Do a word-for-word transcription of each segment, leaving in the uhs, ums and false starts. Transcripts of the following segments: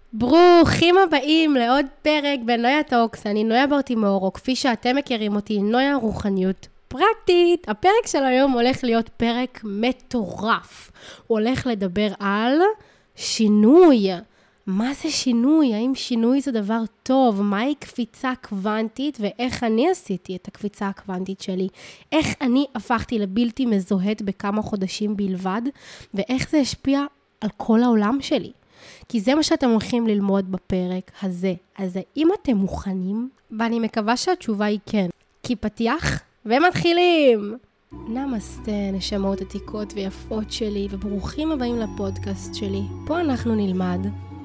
ברוכים הבאים לעוד פרק בנויה טוקס. אני נויה ברטימור, או כפי שאתם מכירים אותי, נויה רוחניות פרקטית. הפרק של היום הולך להיות פרק מטורף. הוא הולך לדבר על שינוי. מה זה שינוי? האם שינוי זה דבר טוב? מהי קפיצה קוונטית ואיך אני עשיתי את הקפיצה הקוונטית שלי? איך אני הפכתי לבלתי מזוהת בכמה חודשים בלבד? ואיך זה השפיע על כל העולם שלי? כי זה מה שאתם הולכים ללמוד בפרק הזה. אז אם אתם מוכנים, ואני מקווה שהתשובה היא כן. כי פתיח ומתחילים! נמסטה, נשמות עתיקות ויפות שלי, וברוכים הבאים לפודקאסט שלי. פה אנחנו נלמד.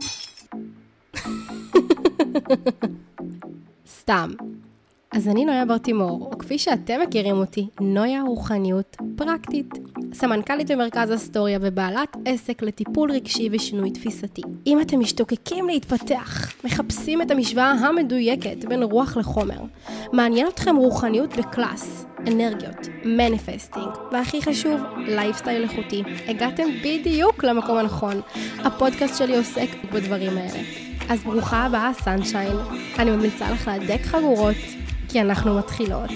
סתם. אז אני נויה ברטימור, או כפי שאתם מכירים אותי, נויה רוחניות פרקטית. סמנכ"לית במרכז אסטוריה ובעלת עסק לטיפול רגשי ושינוי תפיסתי. אם אתם משתוקקים להתפתח, מחפשים את המשוואה המדויקת בין רוח לחומר, מעניין אתכם רוחניות בקלאס, אנרגיות, מניפסטינג, והכי חשוב, לייפסטייל איכותי. הגעתם בדיוק למקום הנכון. הפודקאסט שלי עוסק בדברים האלה. אז ברוכה הבאה, סנשיין. אני ממליצה לך להדק חגורות, כי אנחנו מתחילות.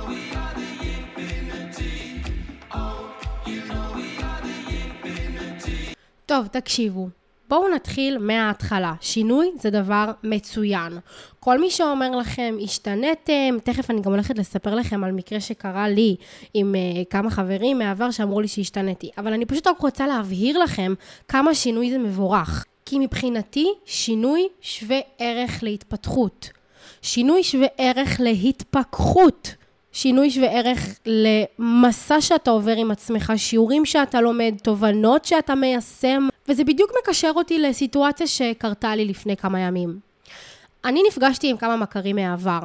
טוב, תקשיבו. בואו נתחיל מההתחלה. שינוי זה דבר מצוין. כל מי שאומר לכם, השתנתם, תכף אני גם הולכת לספר לכם על מקרה שקרה לי עם uh, כמה חברים מעבר שאמרו לי שהשתנתי. אבל אני פשוט רק רוצה להבהיר לכם כמה שינוי זה מבורך. כי מבחינתי שינוי שווה ערך להתפתחות. שינוי שווה ערך להתפכחות. שינוי שווה ערך למסע שאתה עובר עם עצמך, שיעורים שאתה לומד, תובנות שאתה מיישם, וזה בדיוק מקשר אותי לסיטואציה שקרתה לי לפני כמה ימים. אני נפגשתי עם כמה מכרים מהעבר,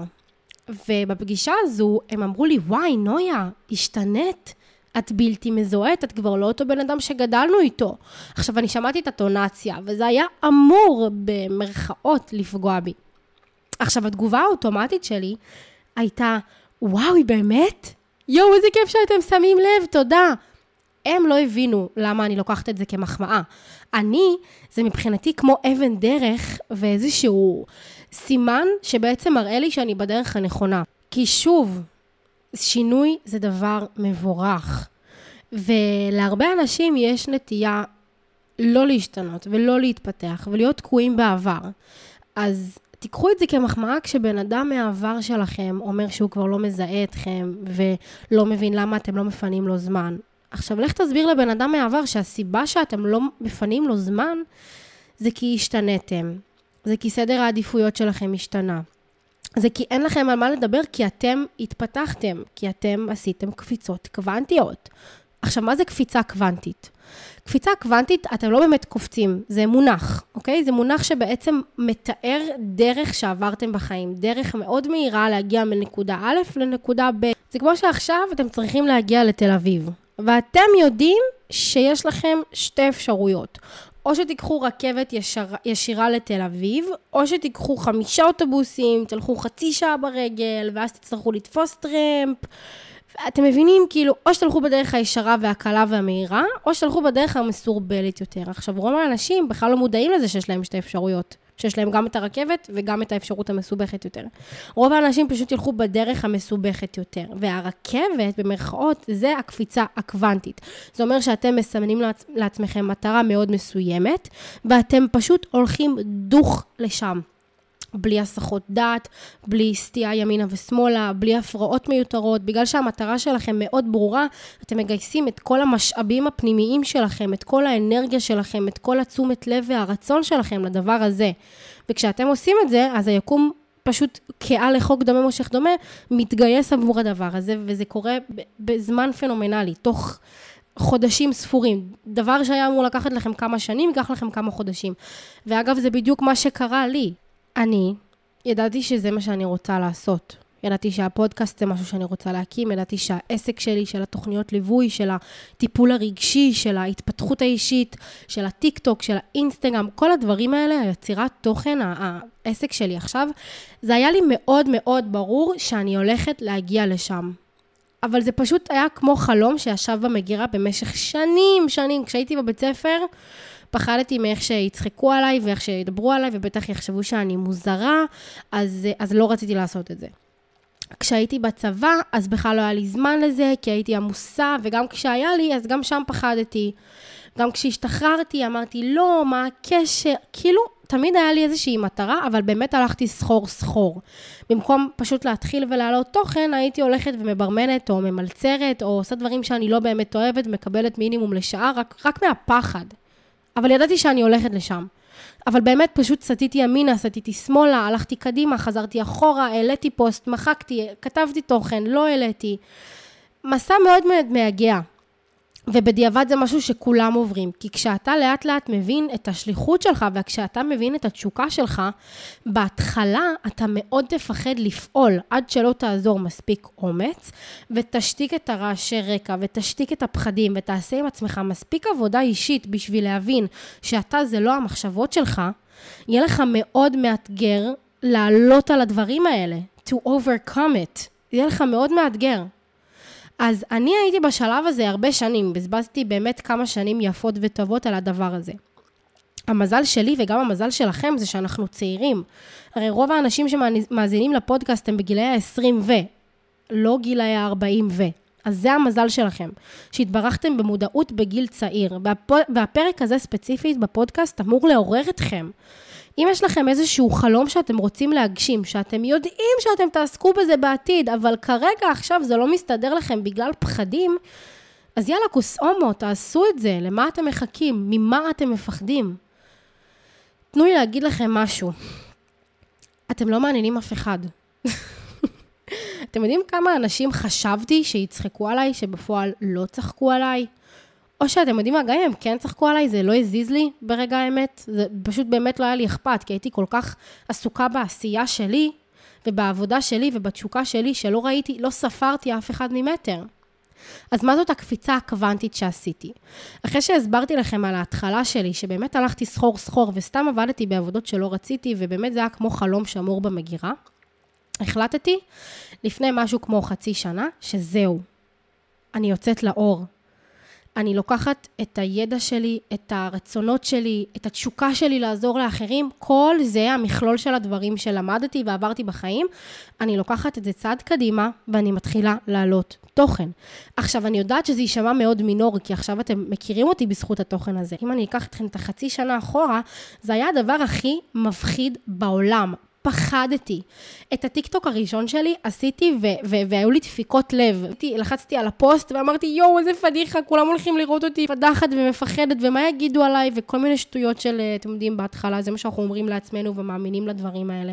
ובפגישה הזו הם אמרו לי, וואי נויה, השתנית, את בלתי מזוהת, את כבר לא אותו בן אדם שגדלנו איתו. עכשיו אני שמעתי את הטונציה, וזה היה אמור במרכאות לפגוע בי. עכשיו התגובה האוטומטית שלי הייתה, וואו, היא באמת? יואו, איזה כיף שאתם שמים לב, תודה. הם לא הבינו למה אני לוקחת את זה כמחמאה. אני, זה מבחינתי כמו אבן דרך ואיזשהו סימן שבעצם מראה לי שאני בדרך הנכונה. כי שוב, שינוי זה דבר מבורך. ולהרבה אנשים יש נטייה לא להשתנות ולא להתפתח ולהיות תקועים בעבר. אז תיקחו את זה כמחמאה כשבן אדם מהעבר שלכם אומר שהוא כבר לא מזהה אתכם ולא מבין למה אתם לא מפנים לו זמן. עכשיו לך תסביר לבן אדם מהעבר שהסיבה שאתם לא מפנים לו זמן זה כי השתנתם. זה כי סדר העדיפויות שלכם השתנה. זה כי אין לכם על מה לדבר כי אתם התפתחתם, כי אתם עשיתם קפיצות קוונטיות. עכשיו מה זה קפיצה קוונטית? קפיצה קוונטית, אתם לא באמת קופצים, זה מונח, אוקיי? זה מונח שבעצם מתאר דרך שעברתם בחיים, דרך מאוד מהירה להגיע מנקודה א' לנקודה ב'. זה כמו שעכשיו אתם צריכים להגיע לתל אביב, ואתם יודעים שיש לכם שתי אפשרויות. או שתיקחו רכבת ישר, ישירה לתל אביב, או שתיקחו חמישה אוטובוסים, תלכו חצי שעה ברגל, ואז תצטרכו לתפוס טרמפ. אתם מבינים, כאילו, או שתלכו בדרך הישרה והקלה והמהירה, או שתלכו בדרך המסורבלת יותר. עכשיו, רוב האנשים בכלל לא מודעים לזה שיש להם שתי אפשרויות. שיש להם גם את הרכבת וגם את האפשרות המסובכת יותר. רוב האנשים פשוט ילכו בדרך המסובכת יותר. והרכבת, במרכאות, זה הקפיצה הקוונטית. זה אומר שאתם מסמנים לעצ... לעצמכם מטרה מאוד מסוימת, ואתם פשוט הולכים דוך לשם. בלי הסחות דעת, בלי סטייה ימינה ושמאלה, בלי הפרעות מיותרות, בגלל שהמטרה שלכם מאוד ברורה, אתם מגייסים את כל המשאבים הפנימיים שלכם, את כל האנרגיה שלכם, את כל התשומת לב והרצון שלכם לדבר הזה. וכשאתם עושים את זה, אז היקום פשוט כעל לחוק דומה מושך דומה, מתגייס עבור הדבר הזה, וזה קורה בזמן פנומנלי, תוך חודשים ספורים. דבר שהיה אמור לקחת לכם כמה שנים, ייקח לכם כמה חודשים. ואגב, זה בדיוק מה שקרה לי. אני ידעתי שזה מה שאני רוצה לעשות. ידעתי שהפודקאסט זה משהו שאני רוצה להקים, ידעתי שהעסק שלי, של התוכניות ליווי, של הטיפול הרגשי, של ההתפתחות האישית, של הטיק טוק, של האינסטגרם, כל הדברים האלה, היצירת תוכן, העסק שלי עכשיו, זה היה לי מאוד מאוד ברור שאני הולכת להגיע לשם. אבל זה פשוט היה כמו חלום שישב במגירה במשך שנים, שנים. כשהייתי בבית ספר, פחדתי מאיך שיצחקו עליי ואיך שידברו עליי, ובטח יחשבו שאני מוזרה, אז, אז לא רציתי לעשות את זה. כשהייתי בצבא, אז בכלל לא היה לי זמן לזה, כי הייתי עמוסה, וגם כשהיה לי, אז גם שם פחדתי. גם כשהשתחררתי, אמרתי, לא, מה הקשר? כאילו, תמיד היה לי איזושהי מטרה, אבל באמת הלכתי סחור סחור. במקום פשוט להתחיל ולהעלות תוכן, הייתי הולכת ומברמנת, או ממלצרת, או עושה דברים שאני לא באמת אוהבת, מקבלת מינימום לשעה, רק, רק מהפחד. אבל ידעתי שאני הולכת לשם. אבל באמת פשוט סטיתי ימינה, סטיתי שמאלה, הלכתי קדימה, חזרתי אחורה, העליתי פוסט, מחקתי, כתבתי תוכן, לא העליתי. מסע מאוד מאוד מייגע. ובדיעבד זה משהו שכולם עוברים, כי כשאתה לאט לאט מבין את השליחות שלך, וכשאתה מבין את התשוקה שלך, בהתחלה אתה מאוד תפחד לפעול, עד שלא תעזור מספיק אומץ, ותשתיק את הרעשי רקע, ותשתיק את הפחדים, ותעשה עם עצמך מספיק עבודה אישית, בשביל להבין שאתה זה לא המחשבות שלך, יהיה לך מאוד מאתגר לעלות על הדברים האלה, to overcome it, יהיה לך מאוד מאתגר. אז אני הייתי בשלב הזה הרבה שנים, בזבזתי באמת כמה שנים יפות וטובות על הדבר הזה. המזל שלי וגם המזל שלכם זה שאנחנו צעירים. הרי רוב האנשים שמאזינים לפודקאסט הם בגילאי ה-עשרים ו, לא גילאי ה-ארבעים ו. אז זה המזל שלכם, שהתברכתם במודעות בגיל צעיר. והפרק הזה ספציפית בפודקאסט אמור לעורר אתכם. אם יש לכם איזשהו חלום שאתם רוצים להגשים, שאתם יודעים שאתם תעסקו בזה בעתיד, אבל כרגע עכשיו זה לא מסתדר לכם בגלל פחדים, אז יאללה, כוסאומו, תעשו את זה. למה אתם מחכים? ממה אתם מפחדים? תנו לי להגיד לכם משהו. אתם לא מעניינים אף אחד. אתם יודעים כמה אנשים חשבתי שיצחקו עליי, שבפועל לא צחקו עליי? או שאתם יודעים מה, גם אם הם כן צחקו עליי, זה לא הזיז לי ברגע האמת, זה פשוט באמת לא היה לי אכפת, כי הייתי כל כך עסוקה בעשייה שלי, ובעבודה שלי ובתשוקה שלי, שלא ראיתי, לא ספרתי אף אחד ממטר. אז מה זאת הקפיצה הקוונטית שעשיתי? אחרי שהסברתי לכם על ההתחלה שלי, שבאמת הלכתי סחור סחור, וסתם עבדתי בעבודות שלא רציתי, ובאמת זה היה כמו חלום שמור במגירה, החלטתי לפני משהו כמו חצי שנה, שזהו, אני יוצאת לאור. אני לוקחת את הידע שלי, את הרצונות שלי, את התשוקה שלי לעזור לאחרים, כל זה המכלול של הדברים שלמדתי ועברתי בחיים, אני לוקחת את זה צעד קדימה, ואני מתחילה לעלות תוכן. עכשיו, אני יודעת שזה יישמע מאוד מינורי, כי עכשיו אתם מכירים אותי בזכות התוכן הזה. אם אני אקח אתכם את החצי שנה אחורה, זה היה הדבר הכי מפחיד בעולם. פחדתי. את הטיקטוק הראשון שלי עשיתי ו- ו- והיו לי דפיקות לב. לחצתי על הפוסט ואמרתי, יואו, איזה פדיחה, כולם הולכים לראות אותי פדחת ומפחדת, ומה יגידו עליי, וכל מיני שטויות של, אתם יודעים, בהתחלה, זה מה שאנחנו אומרים לעצמנו ומאמינים לדברים האלה.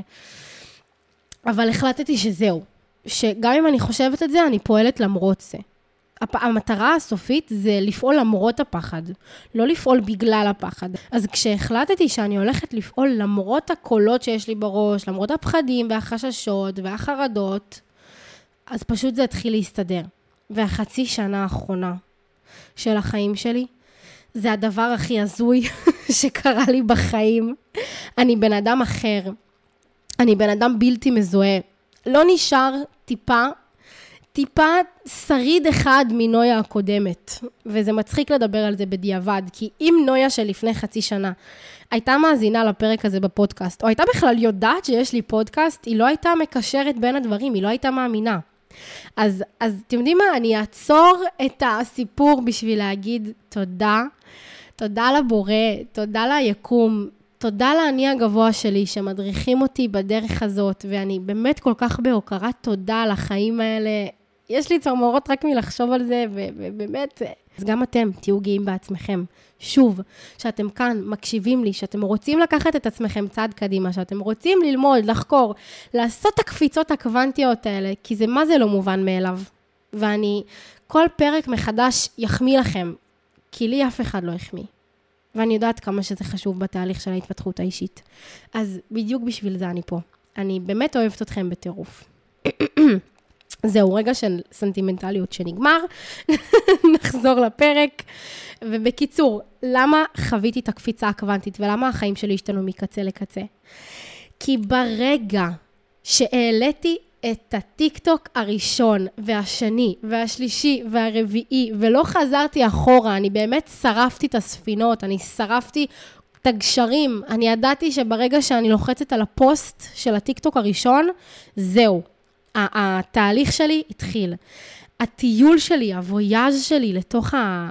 אבל החלטתי שזהו. שגם אם אני חושבת את זה, אני פועלת למרות זה. המטרה הסופית זה לפעול למרות הפחד, לא לפעול בגלל הפחד. אז כשהחלטתי שאני הולכת לפעול למרות הקולות שיש לי בראש, למרות הפחדים והחששות והחרדות, אז פשוט זה התחיל להסתדר. והחצי שנה האחרונה של החיים שלי, זה הדבר הכי הזוי שקרה לי בחיים. אני בן אדם אחר, אני בן אדם בלתי מזוהה. לא נשאר טיפה, טיפה שריד אחד מנויה הקודמת, וזה מצחיק לדבר על זה בדיעבד, כי אם נויה שלפני חצי שנה הייתה מאזינה לפרק הזה בפודקאסט, או הייתה בכלל יודעת שיש לי פודקאסט, היא לא הייתה מקשרת בין הדברים, היא לא הייתה מאמינה. אז, אז אתם יודעים מה, אני אעצור את הסיפור בשביל להגיד תודה, תודה לבורא, תודה ליקום, תודה לאני הגבוה שלי שמדריכים אותי בדרך הזאת, ואני באמת כל כך בהוקרת תודה על החיים האלה. יש לי צמרמורות רק מלחשוב על זה, ובאמת, אז גם אתם תהיו גאים בעצמכם. שוב, שאתם כאן מקשיבים לי, שאתם רוצים לקחת את עצמכם צעד קדימה, שאתם רוצים ללמוד, לחקור, לעשות את הקפיצות הקוונטיות האלה, כי זה מה זה לא מובן מאליו. ואני כל פרק מחדש יחמיא לכם, כי לי אף אחד לא יחמיא. ואני יודעת כמה שזה חשוב בתהליך של ההתפתחות האישית. אז בדיוק בשביל זה אני פה. אני באמת אוהבת אתכם בטירוף. זהו, רגע של סנטימנטליות שנגמר. נחזור לפרק. ובקיצור, למה חוויתי את הקפיצה הקוונטית, ולמה החיים שלי השתנו מקצה לקצה? כי ברגע שהעליתי את הטיקטוק הראשון והשני והשלישי והרביעי, ולא חזרתי אחורה, אני באמת שרפתי את הספינות, אני שרפתי את הגשרים, אני ידעתי שברגע שאני לוחצת על הפוסט של הטיקטוק הראשון, זהו, התהליך שלי התחיל. הטיול שלי, הוויאז' שלי לתוך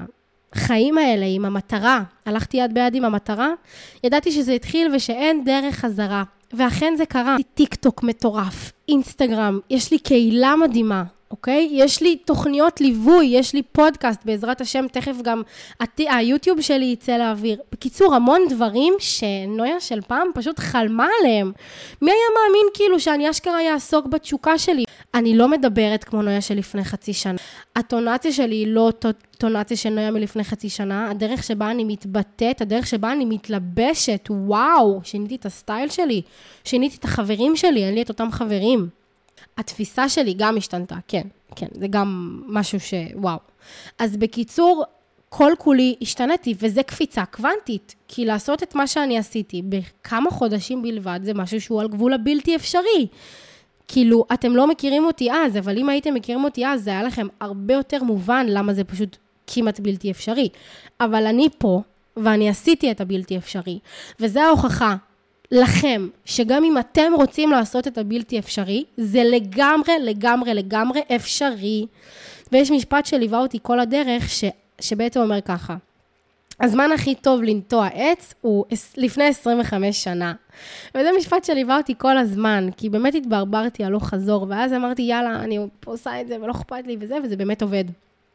החיים האלה עם המטרה, הלכתי יד ביד עם המטרה, ידעתי שזה התחיל ושאין דרך חזרה. ואכן זה קרה. טיקטוק מטורף, אינסטגרם, יש לי קהילה מדהימה, אוקיי? יש לי תוכניות ליווי, יש לי פודקאסט, בעזרת השם, תכף גם היוטיוב שלי יצא לאוויר. בקיצור, המון דברים שנויה של פעם פשוט חלמה עליהם. מי היה מאמין כאילו שאני אשכרה יעסוק בתשוקה שלי? אני לא מדברת כמו נויה של לפני חצי שנה. הטונציה שלי היא לא טונציה של נויה מלפני חצי שנה. הדרך שבה אני מתבטאת, הדרך שבה אני מתלבשת, וואו, שיניתי את הסטייל שלי, שיניתי את החברים שלי, אין לי את אותם חברים. התפיסה שלי גם השתנתה, כן, כן, זה גם משהו ש... וואו. אז בקיצור, כל כולי השתנתי, וזה קפיצה קוונטית, כי לעשות את מה שאני עשיתי בכמה חודשים בלבד, זה משהו שהוא על גבול הבלתי אפשרי. כאילו, אתם לא מכירים אותי אז, אבל אם הייתם מכירים אותי אז, זה היה לכם הרבה יותר מובן למה זה פשוט כמעט בלתי אפשרי. אבל אני פה, ואני עשיתי את הבלתי אפשרי, וזה ההוכחה. לכם, שגם אם אתם רוצים לעשות את הבלתי אפשרי, זה לגמרי, לגמרי, לגמרי אפשרי. ויש משפט שליווה אותי כל הדרך, ש, שבעצם אומר ככה, הזמן הכי טוב לנטוע עץ הוא לפני עשרים וחמש שנה. וזה משפט שליווה אותי כל הזמן, כי באמת התברברתי הלוך חזור, ואז אמרתי, יאללה, אני עושה את זה ולא אכפת לי וזה, וזה באמת עובד.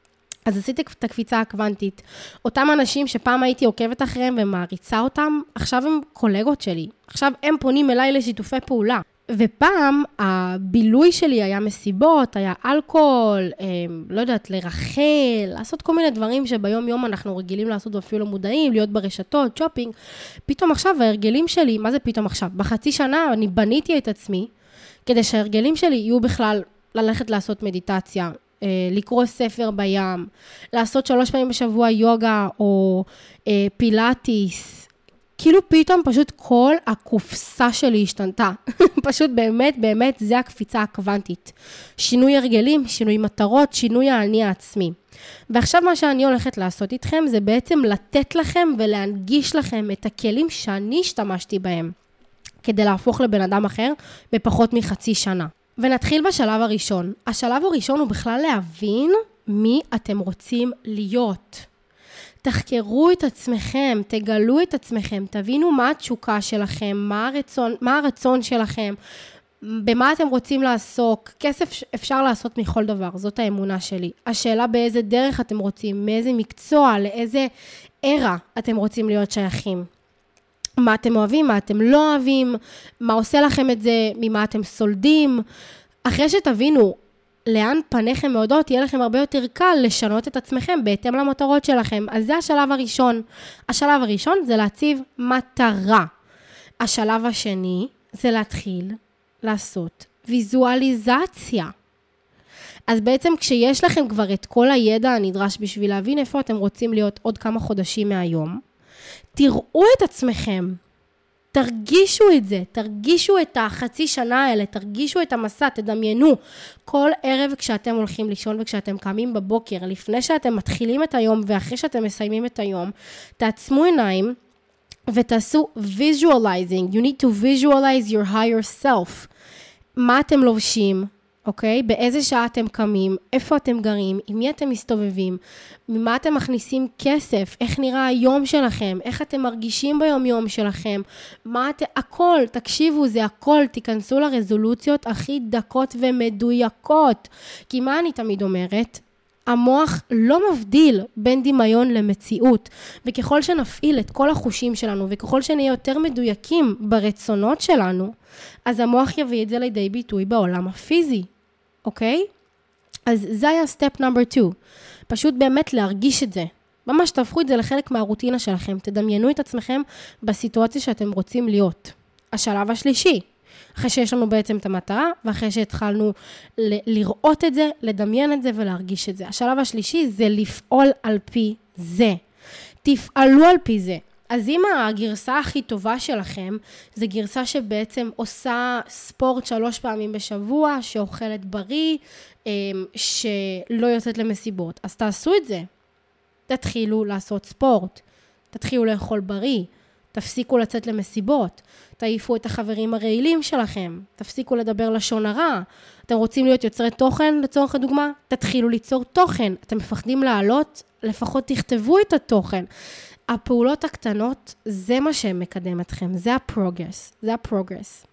אז עשיתי את הקפיצה הקוונטית. אותם אנשים שפעם הייתי עוקבת אחריהם ומעריצה אותם, עכשיו הם קולגות שלי. עכשיו הם פונים אליי לשיתופי פעולה. ופעם הבילוי שלי היה מסיבות, היה אלכוהול, לא יודעת, לרחל, לעשות כל מיני דברים שביום יום אנחנו רגילים לעשות ואפילו מודעים, להיות ברשתות, שופינג. פתאום עכשיו ההרגלים שלי, מה זה פתאום עכשיו? בחצי שנה אני בניתי את עצמי, כדי שההרגלים שלי יהיו בכלל ללכת לעשות מדיטציה, לקרוא ספר בים, לעשות שלוש פעמים בשבוע יוגה או אה, פילאטיס. כאילו פתאום פשוט כל הקופסה שלי השתנתה. פשוט באמת, באמת זה הקפיצה הקוונטית. שינוי הרגלים, שינוי מטרות, שינוי האני העצמי. ועכשיו מה שאני הולכת לעשות איתכם זה בעצם לתת לכם ולהנגיש לכם את הכלים שאני השתמשתי בהם, כדי להפוך לבן אדם אחר בפחות מחצי שנה. ונתחיל בשלב הראשון. השלב הראשון הוא בכלל להבין מי אתם רוצים להיות. תחקרו את עצמכם, תגלו את עצמכם, תבינו מה התשוקה שלכם, מה הרצון, מה הרצון שלכם, במה אתם רוצים לעסוק. כסף אפשר לעשות מכל דבר, זאת האמונה שלי. השאלה באיזה דרך אתם רוצים, מאיזה מקצוע, לאיזה ערה אתם רוצים להיות שייכים. מה אתם אוהבים, מה אתם לא אוהבים, מה עושה לכם את זה, ממה אתם סולדים. אחרי שתבינו לאן פניכם מעודות, יהיה לכם הרבה יותר קל לשנות את עצמכם בהתאם למטרות שלכם. אז זה השלב הראשון. השלב הראשון זה להציב מטרה. השלב השני זה להתחיל לעשות ויזואליזציה. אז בעצם כשיש לכם כבר את כל הידע הנדרש בשביל להבין איפה אתם רוצים להיות עוד כמה חודשים מהיום, תראו את עצמכם, תרגישו את זה, תרגישו את החצי שנה האלה, תרגישו את המסע, תדמיינו. כל ערב כשאתם הולכים לישון וכשאתם קמים בבוקר, לפני שאתם מתחילים את היום ואחרי שאתם מסיימים את היום, תעצמו עיניים ותעשו visualizing. You need to visualize your higher self. מה אתם לובשים? אוקיי? באיזה שעה אתם קמים, איפה אתם גרים, עם מי אתם מסתובבים, ממה אתם מכניסים כסף, איך נראה היום שלכם, איך אתם מרגישים ביום יום שלכם, מה אתם, הכל, תקשיבו, זה הכל, תיכנסו לרזולוציות הכי דקות ומדויקות. כי מה אני תמיד אומרת? המוח לא מבדיל בין דמיון למציאות, וככל שנפעיל את כל החושים שלנו, וככל שנהיה יותר מדויקים ברצונות שלנו, אז המוח יביא את זה לידי ביטוי בעולם הפיזי, אוקיי? אז זה היה סטפ נאמבר טו, פשוט באמת להרגיש את זה, ממש תהפכו את זה לחלק מהרוטינה שלכם, תדמיינו את עצמכם בסיטואציה שאתם רוצים להיות. השלב השלישי, אחרי שיש לנו בעצם את המטרה, ואחרי שהתחלנו ל- לראות את זה, לדמיין את זה ולהרגיש את זה. השלב השלישי זה לפעול על פי זה. תפעלו על פי זה. אז אם הגרסה הכי טובה שלכם, זה גרסה שבעצם עושה ספורט שלוש פעמים בשבוע, שאוכלת בריא, שלא יוצאת למסיבות, אז תעשו את זה. תתחילו לעשות ספורט, תתחילו לאכול בריא, תפסיקו לצאת למסיבות, תעיפו את החברים הרעילים שלכם, תפסיקו לדבר לשון הרע. אתם רוצים להיות יוצרי תוכן, לצורך הדוגמה? תתחילו ליצור תוכן. אתם מפחדים לעלות? לפחות תכתבו את התוכן. הפעולות הקטנות, זה מה שמקדם אתכם, זה הפרוגרס, זה הפרוגרס.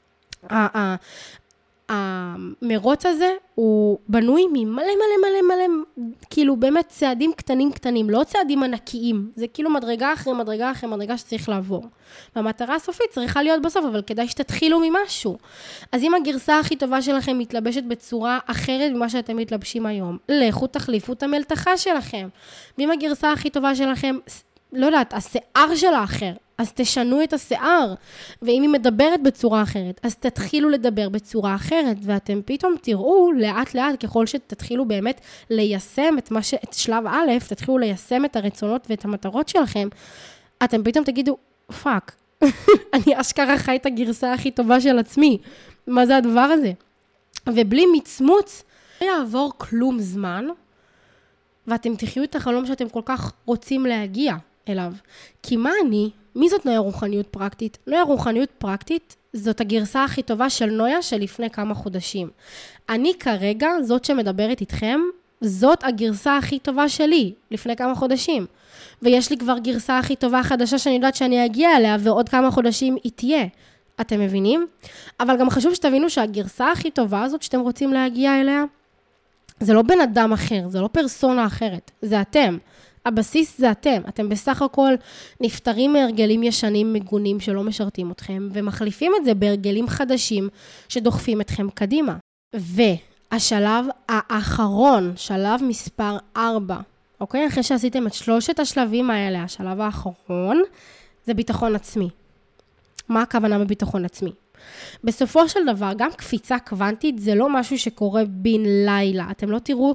המרוץ הזה הוא בנוי ממלא מלא מלא מלא, כאילו באמת צעדים קטנים קטנים, לא צעדים ענקיים, זה כאילו מדרגה אחרי מדרגה אחרי מדרגה שצריך לעבור. והמטרה הסופית צריכה להיות בסוף, אבל כדאי שתתחילו ממשהו. אז אם הגרסה הכי טובה שלכם מתלבשת בצורה אחרת ממה שאתם מתלבשים היום, לכו תחליפו את המלתחה שלכם. ואם הגרסה הכי טובה שלכם, לא יודעת, השיער שלה אחר, אז תשנו את השיער, ואם היא מדברת בצורה אחרת, אז תתחילו לדבר בצורה אחרת, ואתם פתאום תראו לאט לאט, ככל שתתחילו באמת ליישם את, מה ש... את שלב א', תתחילו ליישם את הרצונות ואת המטרות שלכם, אתם פתאום תגידו, פאק, אני אשכרה חי את הגרסה הכי טובה של עצמי, מה זה הדבר הזה? ובלי מצמוץ, לא יעבור כלום זמן, ואתם תחיו את החלום שאתם כל כך רוצים להגיע אליו. כי מה אני? מי זאת נויה רוחניות פרקטית? נויה רוחניות פרקטית זאת הגרסה הכי טובה של נויה שלפני כמה חודשים. אני כרגע, זאת שמדברת איתכם, זאת הגרסה הכי טובה שלי לפני כמה חודשים. ויש לי כבר גרסה הכי טובה חדשה שאני יודעת שאני אגיע אליה, ועוד כמה חודשים היא תהיה. אתם מבינים? אבל גם חשוב שתבינו שהגרסה הכי טובה הזאת שאתם רוצים להגיע אליה, זה לא בן אדם אחר, זה לא פרסונה אחרת, זה אתם. הבסיס זה אתם. אתם בסך הכל נפטרים מהרגלים ישנים מגונים שלא משרתים אתכם, ומחליפים את זה בהרגלים חדשים שדוחפים אתכם קדימה. והשלב האחרון, שלב מספר ארבע, אוקיי? אחרי שעשיתם את שלושת השלבים האלה, השלב האחרון זה ביטחון עצמי. מה הכוונה בביטחון עצמי? בסופו של דבר, גם קפיצה קוונטית זה לא משהו שקורה בין לילה. אתם לא תראו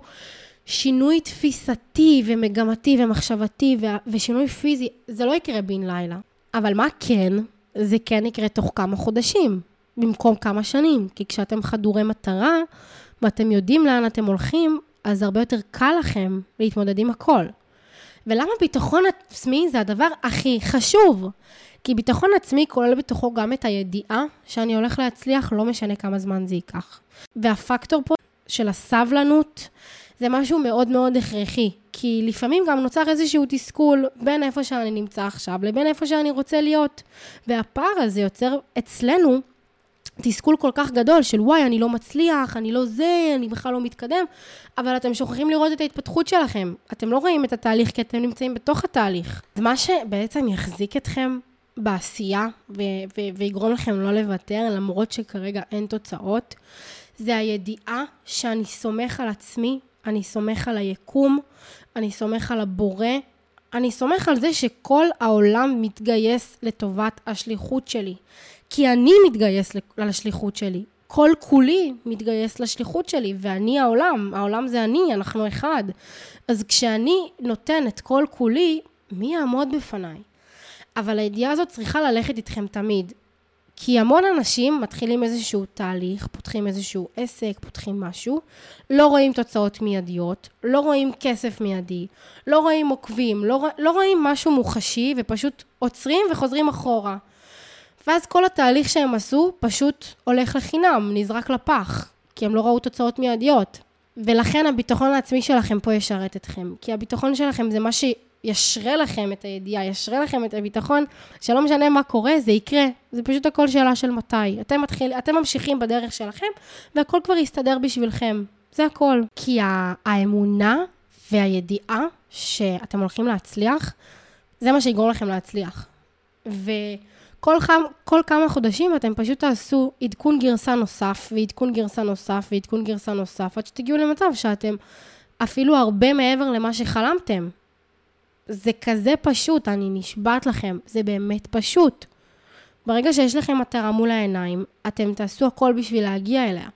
שינוי תפיסתי ומגמתי ומחשבתי ושינוי פיזי, זה לא יקרה בין לילה. אבל מה כן? זה כן יקרה תוך כמה חודשים, במקום כמה שנים. כי כשאתם חדורי מטרה, ואתם יודעים לאן אתם הולכים, אז הרבה יותר קל לכם להתמודד עם הכל. ולמה ביטחון עצמי זה הדבר הכי חשוב? כי ביטחון עצמי כולל בתוכו גם את הידיעה שאני הולך להצליח, לא משנה כמה זמן זה ייקח. והפקטור פה של הסבלנות, זה משהו מאוד מאוד הכרחי, כי לפעמים גם נוצר איזשהו תסכול בין איפה שאני נמצא עכשיו לבין איפה שאני רוצה להיות. והפער הזה יוצר אצלנו תסכול כל כך גדול של וואי, אני לא מצליח, אני לא זה, אני בכלל לא מתקדם, אבל אתם שוכחים לראות את ההתפתחות שלכם. אתם לא רואים את התהליך כי אתם נמצאים בתוך התהליך. אז מה שבעצם יחזיק אתכם בעשייה ו- ו- ויגרום לכם לא לוותר, למרות שכרגע אין תוצאות, זה הידיעה שאני סומך על עצמי, אני סומך על היקום, אני סומך על הבורא, אני סומך על זה שכל העולם מתגייס לטובת השליחות שלי. כי אני מתגייס לשליחות שלי. כל כולי מתגייס לשליחות שלי, ואני העולם. העולם זה אני, אנחנו אחד. אז כשאני נותן את כל כולי, מי יעמוד בפניי? אבל הידיעה הזאת צריכה ללכת איתכם תמיד. כי המון אנשים מתחילים איזשהו תהליך, פותחים איזשהו עסק, פותחים משהו, לא רואים תוצאות מיידיות, לא רואים כסף מיידי, לא רואים עוקבים, לא, לא רואים משהו מוחשי, ופשוט עוצרים וחוזרים אחורה. ואז כל התהליך שהם עשו פשוט הולך לחינם, נזרק לפח, כי הם לא ראו תוצאות מיידיות. ולכן הביטחון העצמי שלכם פה ישרת אתכם, כי הביטחון שלכם זה מה שישרה לכם את הידיעה, ישרה לכם את הביטחון, שלא משנה מה קורה, זה יקרה. זה פשוט הכל שאלה של מתי. אתם, מתחיל, אתם ממשיכים בדרך שלכם, והכל כבר יסתדר בשבילכם. זה הכל. כי האמונה והידיעה שאתם הולכים להצליח, זה מה שיגרום לכם להצליח. ו... כל, חם, כל כמה חודשים אתם פשוט תעשו עדכון גרסה נוסף, ועדכון גרסה נוסף, ועדכון גרסה נוסף, עד שתגיעו למצב שאתם אפילו הרבה מעבר למה שחלמתם. זה כזה פשוט, אני נשבעת לכם, זה באמת פשוט. ברגע שיש לכם מטרה מול העיניים, אתם תעשו הכל בשביל להגיע אליה.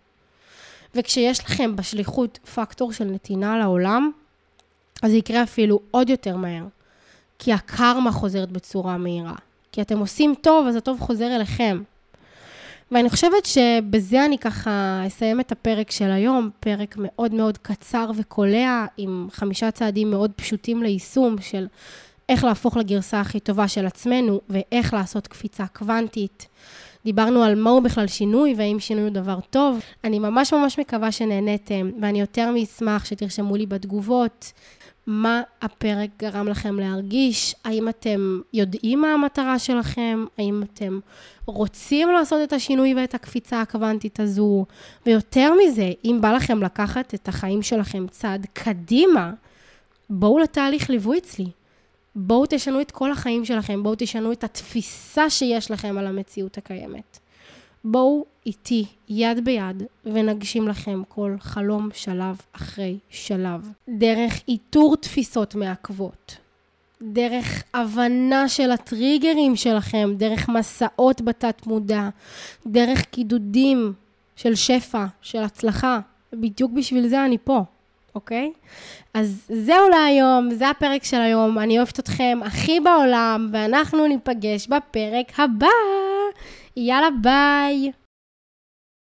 וכשיש לכם בשליחות פקטור של נתינה לעולם, אז זה יקרה אפילו עוד יותר מהר. כי הקרמה חוזרת בצורה מהירה. כי אתם עושים טוב, אז הטוב חוזר אליכם. ואני חושבת שבזה אני ככה אסיים את הפרק של היום, פרק מאוד מאוד קצר וקולע, עם חמישה צעדים מאוד פשוטים ליישום של איך להפוך לגרסה הכי טובה של עצמנו, ואיך לעשות קפיצה קוונטית. דיברנו על מהו בכלל שינוי, והאם שינוי הוא דבר טוב. אני ממש ממש מקווה שנהנתם, ואני יותר מאשמח שתרשמו לי בתגובות, מה הפרק גרם לכם להרגיש, האם אתם יודעים מה המטרה שלכם, האם אתם רוצים לעשות את השינוי ואת הקפיצה הקוונטית הזו, ויותר מזה, אם בא לכם לקחת את החיים שלכם צעד קדימה, בואו לתהליך ליווי אצלי. בואו תשנו את כל החיים שלכם, בואו תשנו את התפיסה שיש לכם על המציאות הקיימת. בואו איתי יד ביד ונגשים לכם כל חלום שלב אחרי שלב. דרך איתור תפיסות מעכבות, דרך הבנה של הטריגרים שלכם, דרך מסעות בתת מודע, דרך קידודים של שפע, של הצלחה. בדיוק בשביל זה אני פה, אוקיי? אז זהו להיום, זה הפרק של היום. אני אוהבת אתכם הכי בעולם, ואנחנו ניפגש בפרק הבא. יאללה ביי.